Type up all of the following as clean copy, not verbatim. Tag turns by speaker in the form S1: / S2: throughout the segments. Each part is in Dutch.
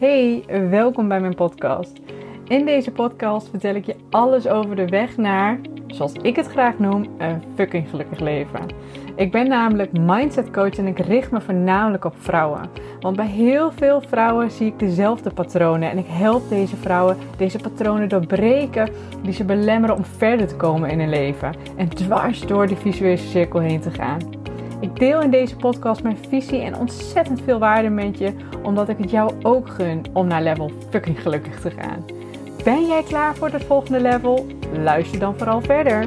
S1: Hey, welkom bij mijn podcast. In deze podcast vertel ik je alles over de weg naar, zoals ik het graag noem, een fucking gelukkig leven. Ik ben namelijk mindset coach en ik richt me voornamelijk op vrouwen. Want bij heel veel vrouwen zie ik dezelfde patronen en ik help deze vrouwen deze patronen doorbreken die ze belemmeren om verder te komen in hun leven en dwars door die visuele cirkel heen te gaan. Ik deel in deze podcast mijn visie en ontzettend veel waarde met je, omdat ik het jou ook gun om naar level fucking gelukkig te gaan. Ben jij klaar voor het volgende level? Luister dan vooral verder.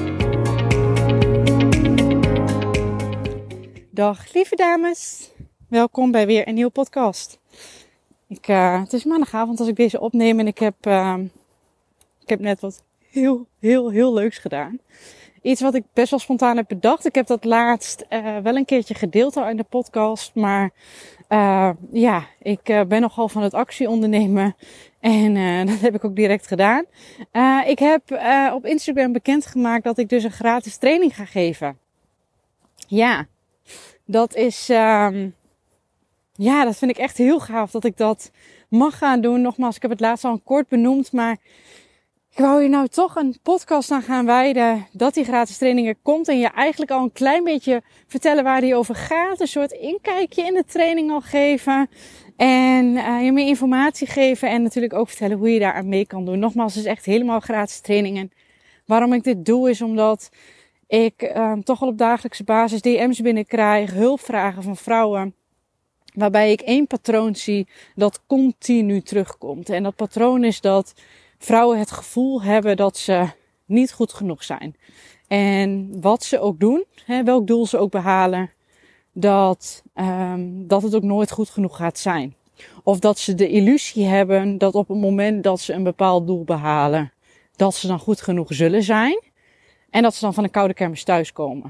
S1: Dag lieve dames, welkom bij weer een nieuwe podcast. Het is maandagavond als ik deze opneem en ik heb net wat heel leuks gedaan. Iets wat ik best wel spontaan heb bedacht. Ik heb dat laatst wel een keertje gedeeld al in de podcast. Maar ik ben nogal van het actie ondernemen. En dat heb ik ook direct gedaan. Ik heb op Instagram bekendgemaakt dat ik dus een gratis training ga geven. Ja, dat is... dat vind ik echt heel gaaf dat ik dat mag gaan doen. Nogmaals, ik heb het laatst al kort benoemd, maar... Ik wou je nou toch een podcast aan gaan wijden dat die gratis training er komt. En je eigenlijk al een klein beetje vertellen waar die over gaat. Een soort inkijkje in de training al geven. En je meer informatie geven. En natuurlijk ook vertellen hoe je daar aan mee kan doen. Nogmaals, het is echt helemaal gratis training. En waarom ik dit doe is omdat ik toch al op dagelijkse basis DM's binnenkrijg. Hulpvragen van vrouwen. Waarbij ik één patroon zie dat continu terugkomt. En dat patroon is dat... vrouwen het gevoel hebben dat ze niet goed genoeg zijn. En wat ze ook doen, welk doel ze ook behalen, dat het ook nooit goed genoeg gaat zijn. Of dat ze de illusie hebben dat op het moment dat ze een bepaald doel behalen, dat ze dan goed genoeg zullen zijn. En dat ze dan van een koude kermis thuiskomen.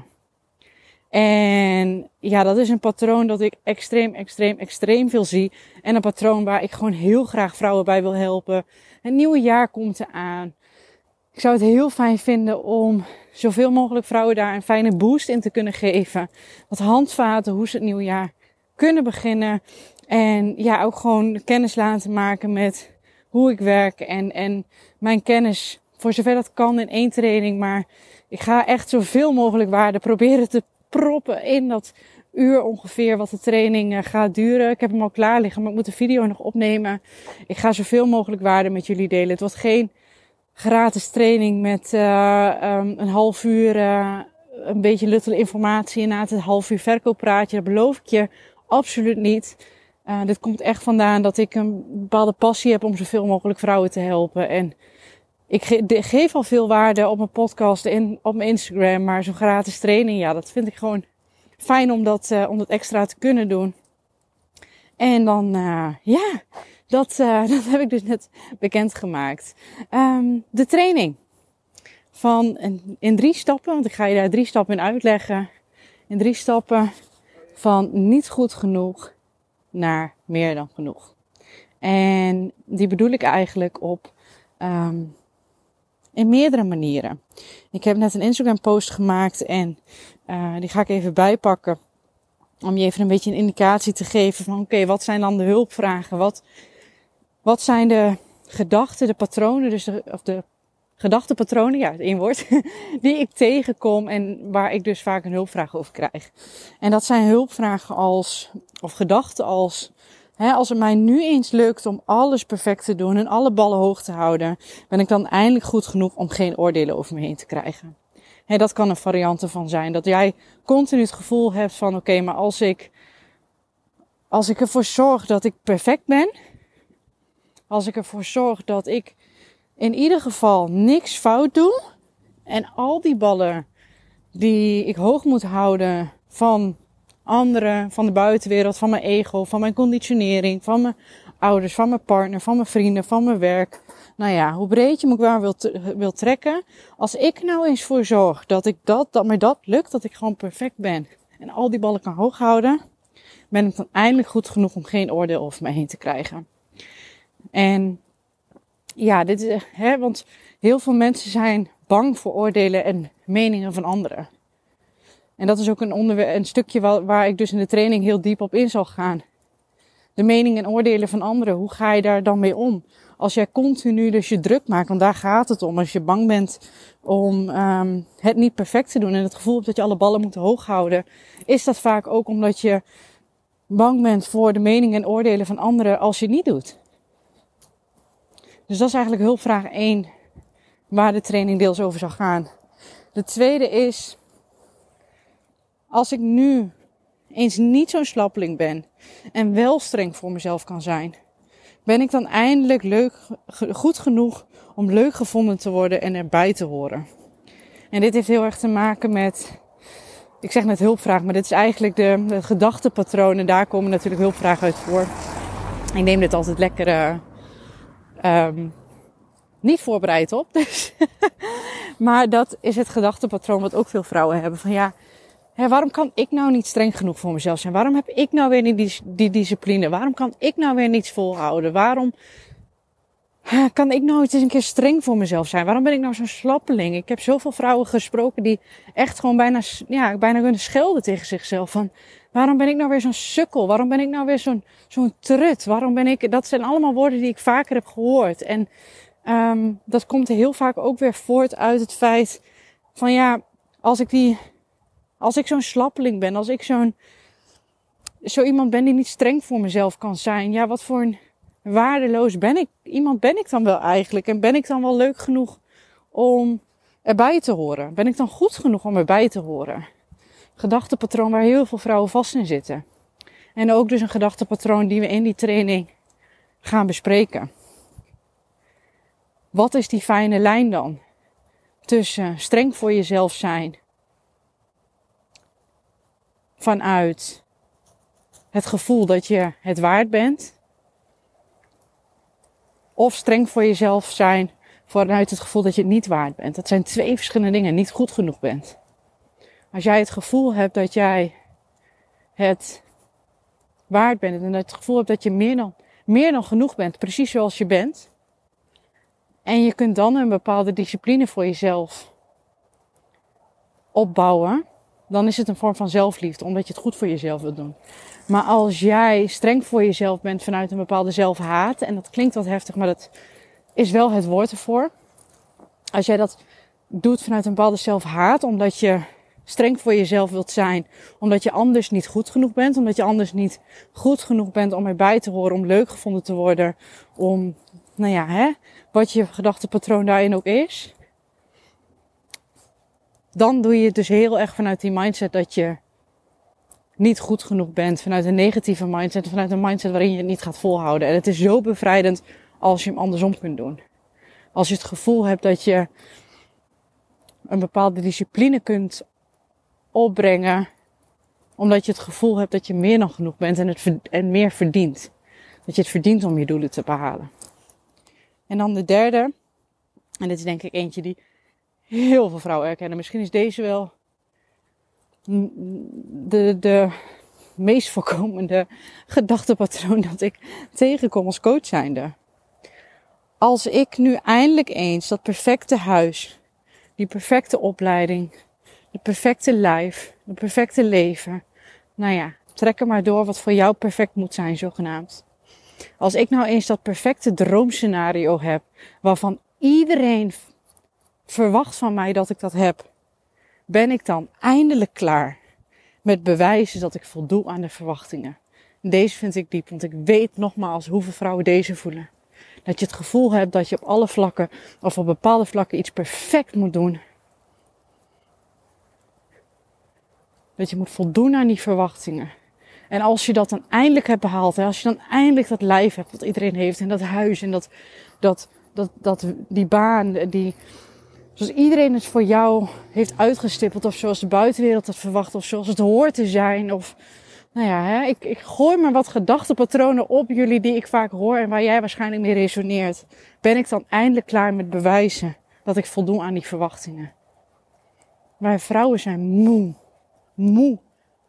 S1: En ja, dat is een patroon dat ik extreem veel zie. En een patroon waar ik gewoon heel graag vrouwen bij wil helpen. Een nieuwe jaar komt eraan. Ik zou het heel fijn vinden om zoveel mogelijk vrouwen daar een fijne boost in te kunnen geven. Wat handvaten, hoe ze het nieuwe jaar kunnen beginnen. En ja, ook gewoon kennis laten maken met hoe ik werk. En mijn kennis, voor zover dat kan, in één training. Maar ik ga echt zoveel mogelijk waarde proberen te proppen in dat uur ongeveer wat de training gaat duren. Ik heb hem al klaar liggen, maar ik moet de video nog opnemen. Ik ga zoveel mogelijk waarde met jullie delen. Het wordt geen gratis training met een half uur een beetje luttele informatie en na het half uur verkooppraatje. Dat beloof ik je absoluut niet. Dit komt echt vandaan dat ik een bepaalde passie heb om zoveel mogelijk vrouwen te helpen. En ik geef al veel waarde op mijn podcast en op mijn Instagram, maar zo'n gratis training, ja, dat vind ik gewoon fijn om dat extra te kunnen doen. En dan, dat heb ik dus net bekendgemaakt. De training in 3 stappen, want ik ga je daar 3 stappen in uitleggen. In 3 stappen van niet goed genoeg naar meer dan genoeg. En die bedoel ik eigenlijk op... in meerdere manieren. Ik heb net een Instagram post gemaakt en die ga ik even bijpakken. Om je even een beetje een indicatie te geven van oké, wat zijn dan de hulpvragen? Wat zijn de gedachten, de patronen, de gedachtenpatronen, ja, het één woord, die ik tegenkom en waar ik dus vaak een hulpvraag over krijg. En dat zijn hulpvragen of gedachten als het mij nu eens lukt om alles perfect te doen en alle ballen hoog te houden, ben ik dan eindelijk goed genoeg om geen oordelen over me heen te krijgen. Dat kan een variant ervan zijn. Dat jij continu het gevoel hebt van oké, maar als ik ervoor zorg dat ik perfect ben, als ik ervoor zorg dat ik in ieder geval niks fout doe en al die ballen die ik hoog moet houden van anderen, van de buitenwereld, van mijn ego, van mijn conditionering, van mijn ouders, van mijn partner, van mijn vrienden, van mijn werk. Nou ja, hoe breed je me ook maar wil trekken. Als ik nou eens voor zorg dat me dat lukt, dat ik gewoon perfect ben en al die ballen kan hoog houden, ben ik dan eindelijk goed genoeg om geen oordeel over me heen te krijgen. En ja, dit is, want heel veel mensen zijn bang voor oordelen en meningen van anderen. En dat is ook een stukje waar ik dus in de training heel diep op in zal gaan. de meningen en oordelen van anderen, hoe ga je daar dan mee om? Als jij continu dus je druk maakt, want daar gaat het om. Als je bang bent om het niet perfect te doen en het gevoel hebt dat je alle ballen moet hoog houden, is dat vaak ook omdat je bang bent voor de meningen en oordelen van anderen als je het niet doet. Dus dat is eigenlijk hulpvraag 1, waar de training deels over zal gaan. De tweede is, als ik nu eens niet zo'n slappeling ben en wel streng voor mezelf kan zijn, ben ik dan eindelijk goed genoeg om leuk gevonden te worden en erbij te horen? En dit heeft heel erg te maken met, ik zeg net hulpvraag, maar dit is eigenlijk de gedachtepatronen. Daar komen natuurlijk hulpvragen uit voor. Ik neem dit altijd lekker niet voorbereid op. Dus maar dat is het gedachtepatroon wat ook veel vrouwen hebben. Van ja, waarom kan ik nou niet streng genoeg voor mezelf zijn? Waarom heb ik nou weer niet die discipline? Waarom kan ik nou weer niets volhouden? Waarom kan ik nou eens een keer streng voor mezelf zijn? Waarom ben ik nou zo'n slappeling? Ik heb zoveel vrouwen gesproken die echt gewoon bijna kunnen schelden tegen zichzelf. Van, waarom ben ik nou weer zo'n sukkel? Waarom ben ik nou weer zo'n trut? Dat zijn allemaal woorden die ik vaker heb gehoord. En dat komt heel vaak ook weer voort uit het feit van ja, als ik zo'n slappeling ben, als ik zo iemand ben die niet streng voor mezelf kan zijn, ja, wat voor een waardeloos iemand ben ik dan wel eigenlijk? En ben ik dan wel leuk genoeg om erbij te horen? Ben ik dan goed genoeg om erbij te horen? Gedachtepatroon waar heel veel vrouwen vast in zitten. En ook dus een gedachtepatroon die we in die training gaan bespreken. Wat is die fijne lijn dan? Tussen streng voor jezelf zijn vanuit het gevoel dat je het waard bent, of streng voor jezelf zijn vanuit het gevoel dat je het niet waard bent. Dat zijn 2 verschillende dingen, niet goed genoeg bent. Als jij het gevoel hebt dat jij het waard bent en het gevoel hebt dat je meer dan genoeg bent, precies zoals je bent, en je kunt dan een bepaalde discipline voor jezelf opbouwen, dan is het een vorm van zelfliefde, omdat je het goed voor jezelf wilt doen. Maar als jij streng voor jezelf bent vanuit een bepaalde zelfhaat, en dat klinkt wat heftig, maar dat is wel het woord ervoor. Als jij dat doet vanuit een bepaalde zelfhaat, omdat je streng voor jezelf wilt zijn, omdat je anders niet goed genoeg bent, omdat je anders niet goed genoeg bent om erbij te horen, om leuk gevonden te worden, om, wat je gedachtepatroon daarin ook is, dan doe je het dus heel erg vanuit die mindset dat je niet goed genoeg bent, vanuit een negatieve mindset, vanuit een mindset waarin je het niet gaat volhouden. En het is zo bevrijdend als je hem andersom kunt doen. Als je het gevoel hebt dat je een bepaalde discipline kunt opbrengen, omdat je het gevoel hebt dat je meer dan genoeg bent en meer verdient. Dat je het verdient om je doelen te behalen. En dan de derde, en dit is denk ik eentje die heel veel vrouwen herkennen. Misschien is deze wel de meest voorkomende gedachtepatroon dat ik tegenkom als coach zijnde. Als ik nu eindelijk eens dat perfecte huis, die perfecte opleiding, de perfecte lijf, de perfecte leven, trek er maar door wat voor jou perfect moet zijn, zogenaamd. Als ik nou eens dat perfecte droomscenario heb, waarvan iedereen verwacht van mij dat ik dat heb, ben ik dan eindelijk klaar met bewijzen dat ik voldoe aan de verwachtingen. Deze vind ik diep, want ik weet nogmaals hoeveel vrouwen deze voelen. Dat je het gevoel hebt dat je op alle vlakken of op bepaalde vlakken iets perfect moet doen. Dat je moet voldoen aan die verwachtingen. En als je dat dan eindelijk hebt behaald, als je dan eindelijk dat lijf hebt wat iedereen heeft, en dat huis en die baan, zoals iedereen het voor jou heeft uitgestippeld, of zoals de buitenwereld het verwacht, of zoals het hoort te zijn, of ik gooi maar wat gedachtepatronen op jullie die ik vaak hoor en waar jij waarschijnlijk mee resoneert. Ben ik dan eindelijk klaar met bewijzen dat ik voldoe aan die verwachtingen? Wij vrouwen zijn moe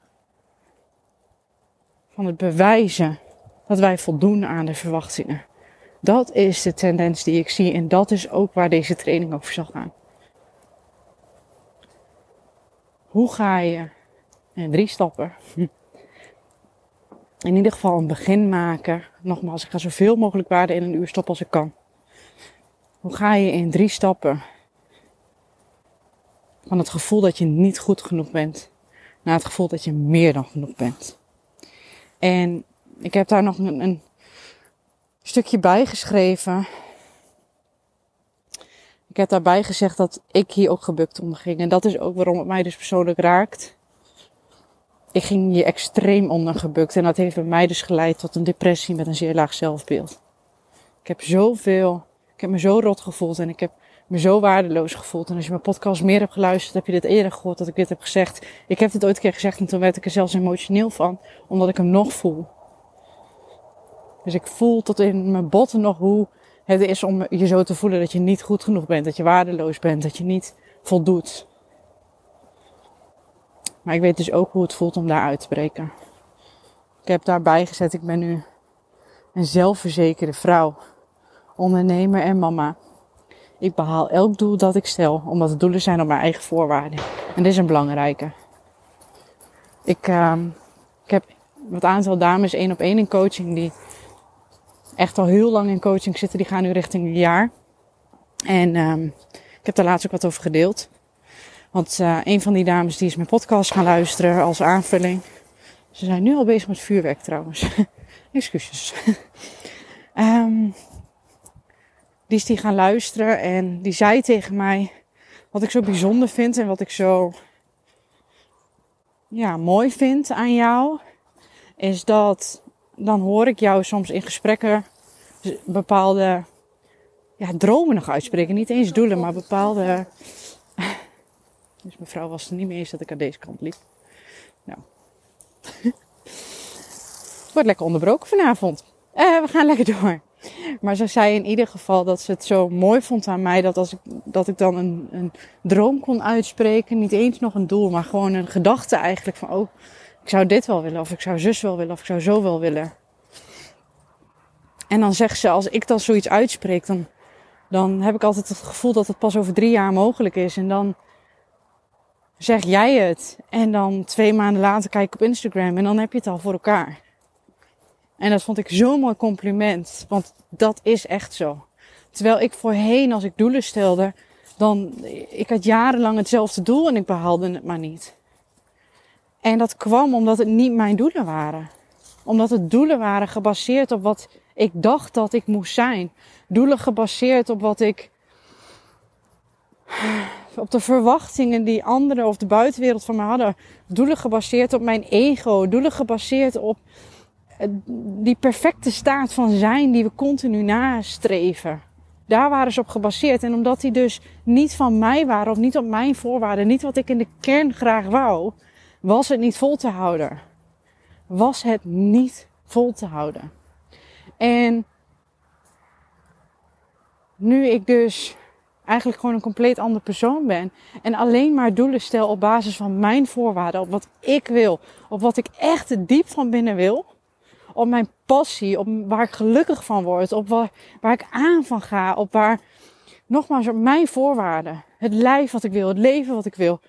S1: van het bewijzen dat wij voldoen aan de verwachtingen. Dat is de tendens die ik zie en dat is ook waar deze training over zal gaan. Hoe ga je, in 3 stappen, in ieder geval een begin maken. Nogmaals, ik ga zoveel mogelijk waarde in een uur stoppen als ik kan. Hoe ga je in 3 stappen van het gevoel dat je niet goed genoeg bent, naar het gevoel dat je meer dan genoeg bent? En ik heb daar nog een stukje bij geschreven. Ik heb daarbij gezegd dat ik hier ook gebukt onder ging. En dat is ook waarom het mij dus persoonlijk raakt. Ik ging hier extreem onder gebukt. En dat heeft bij mij dus geleid tot een depressie met een zeer laag zelfbeeld. Ik heb me zo rot gevoeld en ik heb me zo waardeloos gevoeld. En als je mijn podcast meer hebt geluisterd, heb je dit eerder gehoord dat ik dit heb gezegd. Ik heb dit ooit een keer gezegd en toen werd ik er zelfs emotioneel van, omdat ik hem nog voel. Dus ik voel tot in mijn botten nog hoe het is om je zo te voelen dat je niet goed genoeg bent, dat je waardeloos bent, dat je niet voldoet. Maar ik weet dus ook hoe het voelt om daar uit te breken. Ik heb daarbij gezet, ik ben nu een zelfverzekerde vrouw, ondernemer en mama. Ik behaal elk doel dat ik stel, omdat het doelen zijn op mijn eigen voorwaarden. En dit is een belangrijke. Ik heb wat aantal dames 1-op-1 in coaching die echt al heel lang in coaching zitten. Die gaan nu richting een jaar. En ik heb daar laatst ook wat over gedeeld. Want een van die dames die is mijn podcast gaan luisteren als aanvulling. Ze zijn nu al bezig met vuurwerk trouwens. Excuses. Die is die gaan luisteren en die zei tegen mij wat ik zo bijzonder vind en wat ik zo mooi vind aan jou. Is dat, dan hoor ik jou soms in gesprekken bepaalde dromen nog uitspreken. Niet eens doelen, maar bepaalde... Dus mevrouw was er niet mee eens dat ik aan deze kant liep. Nou. Het wordt lekker onderbroken vanavond. We gaan lekker door. Maar ze zei in ieder geval dat ze het zo mooi vond aan mij. Dat ik dan een droom kon uitspreken. Niet eens nog een doel, maar gewoon een gedachte eigenlijk van... Oh, ik zou dit wel willen. Of ik zou zus wel willen. Of ik zou zo wel willen. En dan zegt ze, als ik dan zoiets uitspreek... Dan heb ik altijd het gevoel dat het pas over 3 jaar mogelijk is. En dan zeg jij het. En dan 2 maanden later kijk ik op Instagram. En dan heb je het al voor elkaar. En dat vond ik zo'n mooi compliment. Want dat is echt zo. Terwijl ik voorheen, als ik doelen stelde... Ik had jarenlang hetzelfde doel en ik behaalde het maar niet. En dat kwam omdat het niet mijn doelen waren. Omdat het doelen waren gebaseerd op wat ik dacht dat ik moest zijn. Doelen gebaseerd op op de verwachtingen die anderen of de buitenwereld van mij hadden. Doelen gebaseerd op mijn ego. Doelen gebaseerd op die perfecte staat van zijn die we continu nastreven. Daar waren ze op gebaseerd. En omdat die dus niet van mij waren of niet op mijn voorwaarden, niet wat ik in de kern graag wou, was het niet vol te houden. Was het niet vol te houden. En nu ik dus eigenlijk gewoon een compleet andere persoon ben en alleen maar doelen stel op basis van mijn voorwaarden, op wat ik wil, op wat ik echt diep van binnen wil, op mijn passie, op waar ik gelukkig van word, op waar ik aan van ga, op nogmaals, op mijn voorwaarden. Het lijf wat ik wil, het leven wat ik wil,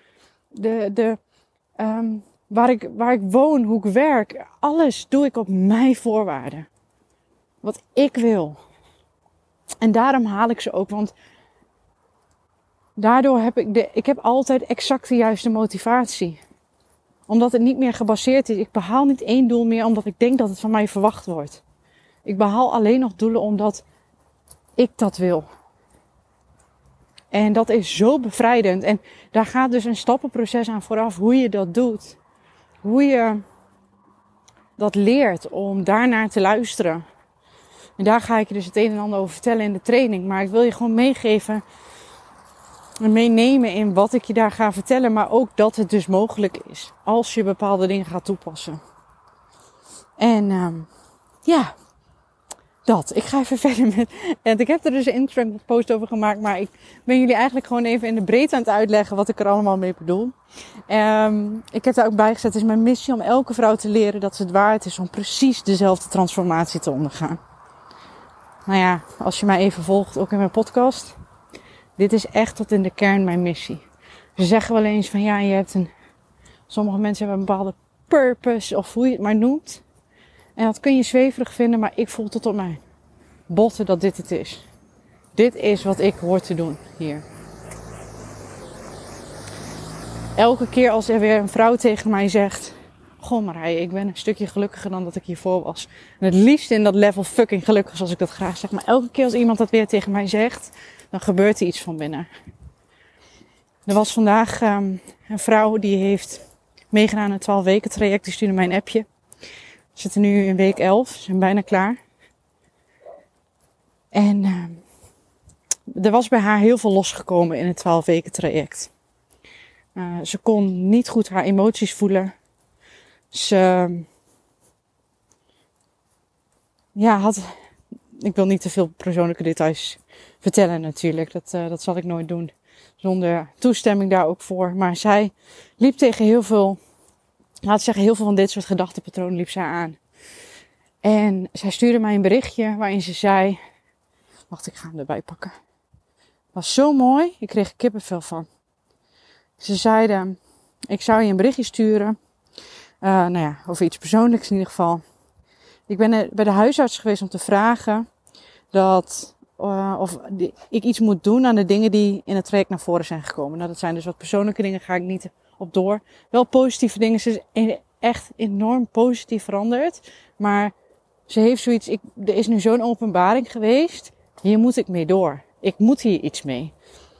S1: waar ik woon, hoe ik werk, alles doe ik op mijn voorwaarden. Wat ik wil. En daarom haal ik ze ook, want daardoor heb ik heb altijd exact de juiste motivatie. Omdat het niet meer gebaseerd is. Ik behaal niet 1 doel meer omdat ik denk dat het van mij verwacht wordt. Ik behaal alleen nog doelen omdat ik dat wil. En dat is zo bevrijdend. En daar gaat dus een stappenproces aan vooraf hoe je dat doet. Hoe je dat leert om daarnaar te luisteren. En daar ga ik je dus het een en ander over vertellen in de training. Maar ik wil je gewoon meegeven en meenemen in wat ik je daar ga vertellen. Maar ook dat het dus mogelijk is als je bepaalde dingen gaat toepassen. En dat. Ik ga even verder met... En ik heb er dus een Instagram post over gemaakt. Maar ik ben jullie eigenlijk gewoon even in de breedte aan het uitleggen wat ik er allemaal mee bedoel. Ik heb daar ook bij gezet. Het is mijn missie om elke vrouw te leren dat ze het waard is om precies dezelfde transformatie te ondergaan. Nou ja, als je mij even volgt, ook in mijn podcast. Dit is echt tot in de kern mijn missie. Ze zeggen wel eens van sommige mensen hebben een bepaalde purpose of hoe je het maar noemt. En dat kun je zweverig vinden, maar ik voel tot op mijn botten dat dit het is. Dit is wat ik hoor te doen hier. Elke keer als er weer een vrouw tegen mij zegt... Goh Marije, ik ben een stukje gelukkiger dan dat ik hiervoor was. En het liefst in dat level fucking gelukkig zoals ik dat graag zeg. Maar elke keer als iemand dat weer tegen mij zegt... dan gebeurt er iets van binnen. Er was vandaag een vrouw die heeft meegedaan aan een 12 weken traject. Die stuurde mij een appje. We zitten nu in week 11. Ze zijn bijna klaar. En er was bij haar heel veel losgekomen in het 12 weken traject. Ze kon niet goed haar emoties voelen. Ze had... Ik wil niet te veel persoonlijke details vertellen natuurlijk. Dat zal ik nooit doen. Zonder toestemming daar ook voor. Maar zij liep tegen heel veel... Laat ik zeggen, heel veel van dit soort gedachtenpatronen liep zij aan. En zij stuurde mij een berichtje waarin ze zei... Wacht, ik ga hem erbij pakken. Het was zo mooi. Ik kreeg er kippenvel van. Ze zeiden... Ik zou je een berichtje sturen... over iets persoonlijks in ieder geval. Ik ben bij de huisarts geweest om te vragen of ik iets moet doen aan de dingen die in het traject naar voren zijn gekomen. Nou, dat zijn dus wat persoonlijke dingen, ga ik niet op door. Wel positieve dingen, ze is echt enorm positief veranderd. Maar ze heeft zoiets, er is nu zo'n openbaring geweest, hier moet ik mee door. Ik moet hier iets mee.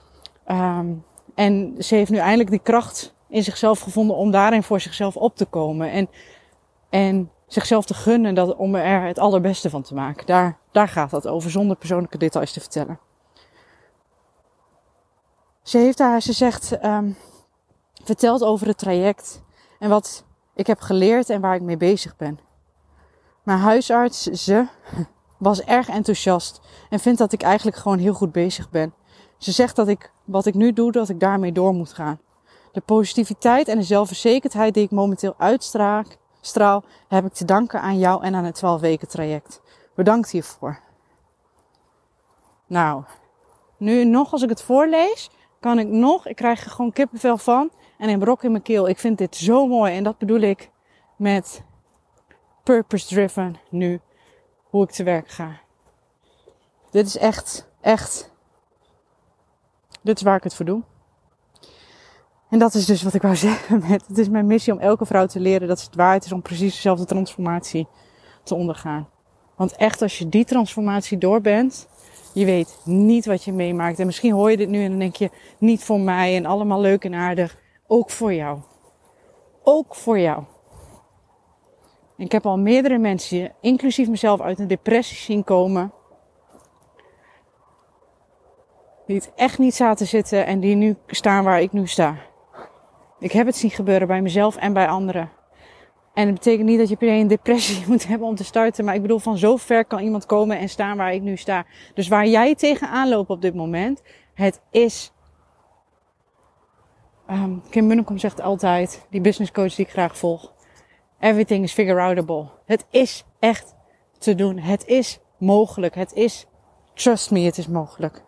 S1: En ze heeft nu eindelijk die kracht in zichzelf gevonden om daarin voor zichzelf op te komen. En zichzelf te gunnen om er het allerbeste van te maken. Daar gaat dat over, zonder persoonlijke details te vertellen. Vertelt over het traject en wat ik heb geleerd en waar ik mee bezig ben. Mijn huisarts, was erg enthousiast en vindt dat ik eigenlijk gewoon heel goed bezig ben. Ze zegt dat wat ik nu doe, dat ik daarmee door moet gaan. De positiviteit en de zelfverzekerdheid die ik momenteel uitstraal, heb ik te danken aan jou en aan het 12 weken traject. Bedankt hiervoor. Nou, nu nog als ik het voorlees, ik krijg er gewoon kippenvel van en een brok in mijn keel. Ik vind dit zo mooi en dat bedoel ik met purpose driven nu, hoe ik te werk ga. Dit is echt, dit is waar ik het voor doe. En dat is dus wat ik wou zeggen het is mijn missie om elke vrouw te leren dat het waard is om precies dezelfde transformatie te ondergaan. Want echt, als je die transformatie door bent, je weet niet wat je meemaakt. En misschien hoor je dit nu en dan denk je, niet voor mij en allemaal leuk en aardig. Ook voor jou. Ook voor jou. En ik heb al meerdere mensen, inclusief mezelf, uit een depressie zien komen. Die het echt niet zaten zitten en die nu staan waar ik nu sta. Ik heb het zien gebeuren bij mezelf en bij anderen. En het betekent niet dat je per se een depressie moet hebben om te starten. Maar ik bedoel, van zo ver kan iemand komen en staan waar ik nu sta. Dus waar jij tegenaan loopt op dit moment, het is... Kim Munnekom zegt altijd, die business coach die ik graag volg. Everything is figure-outable. Het is echt te doen. Het is mogelijk. Trust me, het is mogelijk.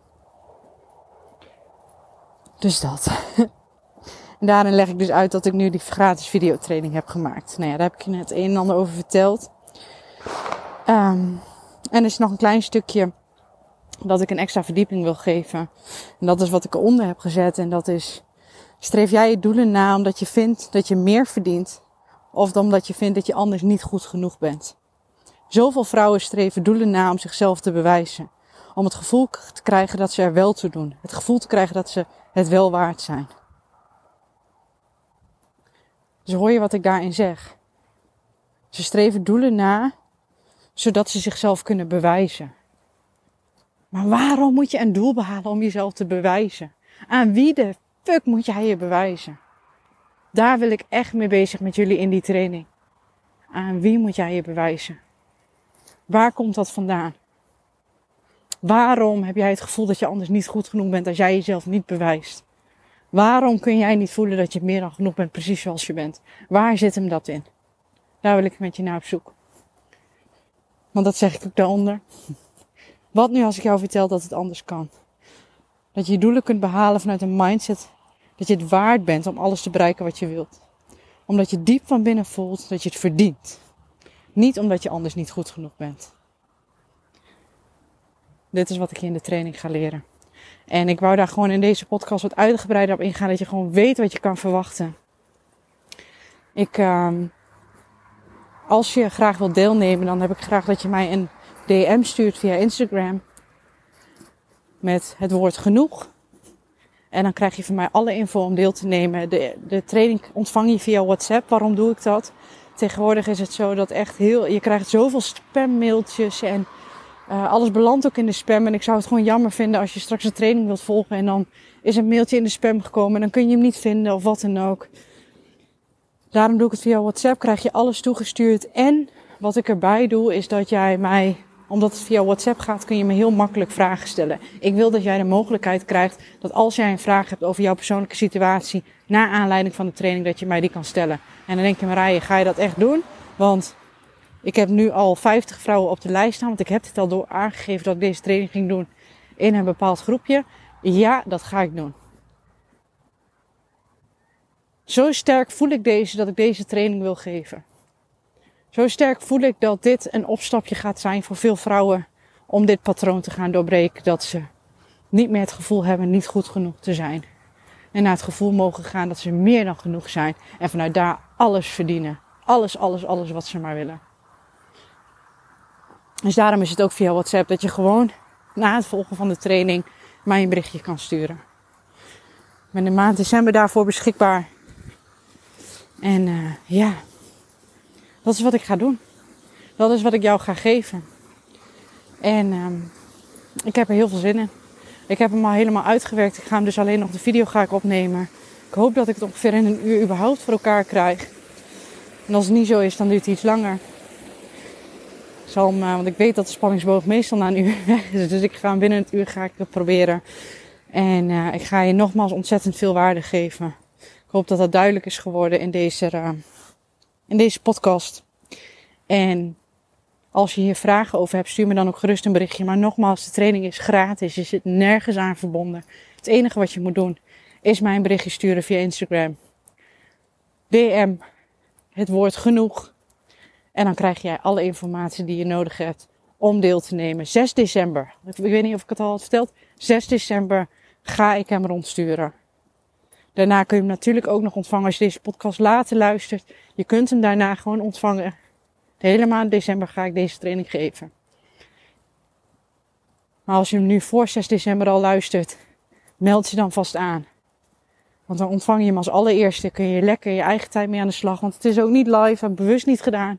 S1: Dus dat. En daarin leg ik dus uit dat ik nu die gratis videotraining heb gemaakt. Nou ja, daar heb ik je net het een en ander over verteld. En er is nog een klein stukje dat ik een extra verdieping wil geven. En dat is wat ik eronder heb gezet. En dat is, streef jij je doelen na omdat je vindt dat je meer verdient. Of omdat je vindt dat je anders niet goed genoeg bent. Zoveel vrouwen streven doelen na om zichzelf te bewijzen. Om het gevoel te krijgen dat ze er wel toe doen. Het gevoel te krijgen dat ze het wel waard zijn. Dus hoor je wat ik daarin zeg? Ze streven doelen na, zodat ze zichzelf kunnen bewijzen. Maar waarom moet je een doel behalen om jezelf te bewijzen? Aan wie de fuck moet jij je bewijzen? Daar wil ik echt mee bezig met jullie in die training. Aan wie moet jij je bewijzen? Waar komt dat vandaan? Waarom heb jij het gevoel dat je anders niet goed genoeg bent als jij jezelf niet bewijst? Waarom kun jij niet voelen dat je meer dan genoeg bent, precies zoals je bent? Waar zit hem dat in? Daar wil ik met je naar op zoek. Want dat zeg ik ook daaronder. Wat nu als ik jou vertel dat het anders kan? Dat je je doelen kunt behalen vanuit een mindset dat je het waard bent om alles te bereiken wat je wilt. Omdat je diep van binnen voelt dat je het verdient. Niet omdat je anders niet goed genoeg bent. Dit is wat ik je in de training ga leren. En ik wou daar gewoon in deze podcast wat uitgebreider op ingaan. Dat je gewoon weet wat je kan verwachten. Als je graag wilt deelnemen, dan heb ik graag dat je mij een DM stuurt via Instagram. Met het woord genoeg. En dan krijg je van mij alle info om deel te nemen. De training ontvang je via WhatsApp. Waarom doe ik dat? Tegenwoordig is het zo dat je krijgt zoveel spammailtjes en alles belandt ook in de spam. En ik zou het gewoon jammer vinden als je straks een training wilt volgen en dan is een mailtje in de spam gekomen en dan kun je hem niet vinden of wat dan ook. Daarom doe ik het via WhatsApp, krijg je alles toegestuurd. En wat ik erbij doe is dat jij mij, omdat het via WhatsApp gaat, kun je me heel makkelijk vragen stellen. Ik wil dat jij de mogelijkheid krijgt dat als jij een vraag hebt over jouw persoonlijke situatie, na aanleiding van de training, dat je mij die kan stellen. En dan denk je, Marije, ga je dat echt doen? Want ik heb nu al 50 vrouwen op de lijst staan, want ik heb dit al aangegeven dat ik deze training ging doen in een bepaald groepje. Ja, dat ga ik doen. Zo sterk voel ik dat ik deze training wil geven. Zo sterk voel ik dat dit een opstapje gaat zijn voor veel vrouwen om dit patroon te gaan doorbreken. Dat ze niet meer het gevoel hebben niet goed genoeg te zijn. En naar het gevoel mogen gaan dat ze meer dan genoeg zijn. En vanuit daar alles verdienen. Alles wat ze maar willen. Dus daarom is het ook via WhatsApp dat je gewoon na het volgen van de training mij een berichtje kan sturen. Ik ben de maand december daarvoor beschikbaar. En dat is wat ik ga doen. Dat is wat ik jou ga geven. En ik heb er heel veel zin in. Ik heb hem al helemaal uitgewerkt. Ik ga hem dus alleen nog de video opnemen. Ik hoop dat ik het ongeveer in een uur überhaupt voor elkaar krijg. En als het niet zo is, dan duurt het iets langer. Want ik weet dat de spanningsboog meestal na een uur weg is. Dus ik ga binnen het uur het proberen. En ik ga je nogmaals ontzettend veel waarde geven. Ik hoop dat dat duidelijk is geworden in deze podcast. En als je hier vragen over hebt, stuur me dan ook gerust een berichtje. Maar nogmaals, de training is gratis. Je zit nergens aan verbonden. Het enige wat je moet doen, is mij een berichtje sturen via Instagram. DM, het woord genoeg. En dan krijg jij alle informatie die je nodig hebt om deel te nemen. 6 december. Ik weet niet of ik het al had verteld. 6 december ga ik hem rondsturen. Daarna kun je hem natuurlijk ook nog ontvangen als je deze podcast later luistert. Je kunt hem daarna gewoon ontvangen. De hele maand december ga ik deze training geven. Maar als je hem nu voor 6 december al luistert, meld je dan vast aan. Want dan ontvang je hem als allereerste. Kun je lekker je eigen tijd mee aan de slag. Want het is ook niet live, heb ik bewust niet gedaan.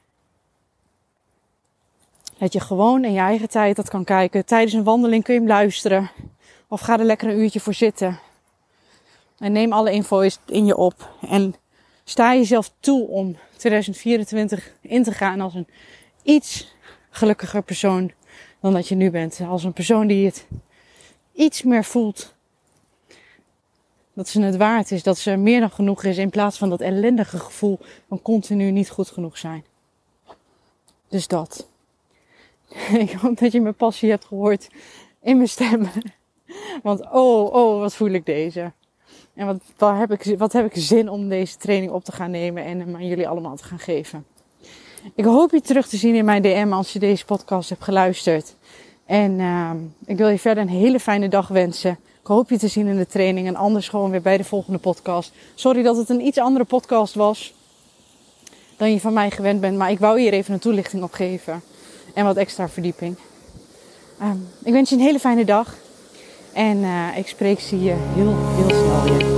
S1: Dat je gewoon in je eigen tijd dat kan kijken. Tijdens een wandeling kun je hem luisteren. Of ga er lekker een uurtje voor zitten. En neem alle info in je op. En sta jezelf toe om 2024 in te gaan als een iets gelukkiger persoon dan dat je nu bent. Als een persoon die het iets meer voelt. Dat ze het waard is. Dat ze meer dan genoeg is. In plaats van dat ellendige gevoel van continu niet goed genoeg zijn. Dus dat. Ik hoop dat je mijn passie hebt gehoord in mijn stem. Want wat voel ik deze. En wat heb ik zin om deze training op te gaan nemen en hem aan jullie allemaal te gaan geven. Ik hoop je terug te zien in mijn DM als je deze podcast hebt geluisterd. En ik wil je verder een hele fijne dag wensen. Ik hoop je te zien in de training en anders gewoon weer bij de volgende podcast. Sorry dat het een iets andere podcast was dan je van mij gewend bent. Maar ik wou hier even een toelichting op geven. En wat extra verdieping. Ik wens je een hele fijne dag. En ik spreek je heel snel weer.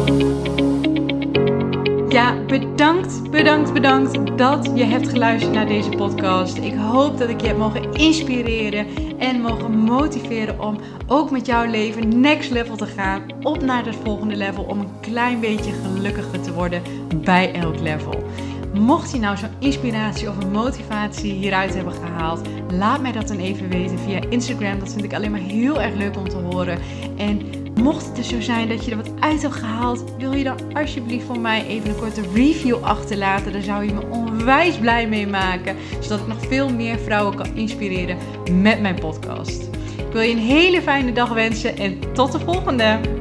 S1: Ja, bedankt dat je hebt geluisterd naar deze podcast. Ik hoop dat ik je heb mogen inspireren en mogen motiveren om ook met jouw leven next level te gaan. Op naar het volgende level om een klein beetje gelukkiger te worden bij elk level. Mocht je nou zo'n inspiratie of een motivatie hieruit hebben gehaald, laat mij dat dan even weten via Instagram. Dat vind ik alleen maar heel erg leuk om te horen. En mocht het dus zo zijn dat je er wat uit hebt gehaald, wil je dan alsjeblieft voor mij even een korte review achterlaten. Daar zou je me onwijs blij mee maken, zodat ik nog veel meer vrouwen kan inspireren met mijn podcast. Ik wil je een hele fijne dag wensen en tot de volgende!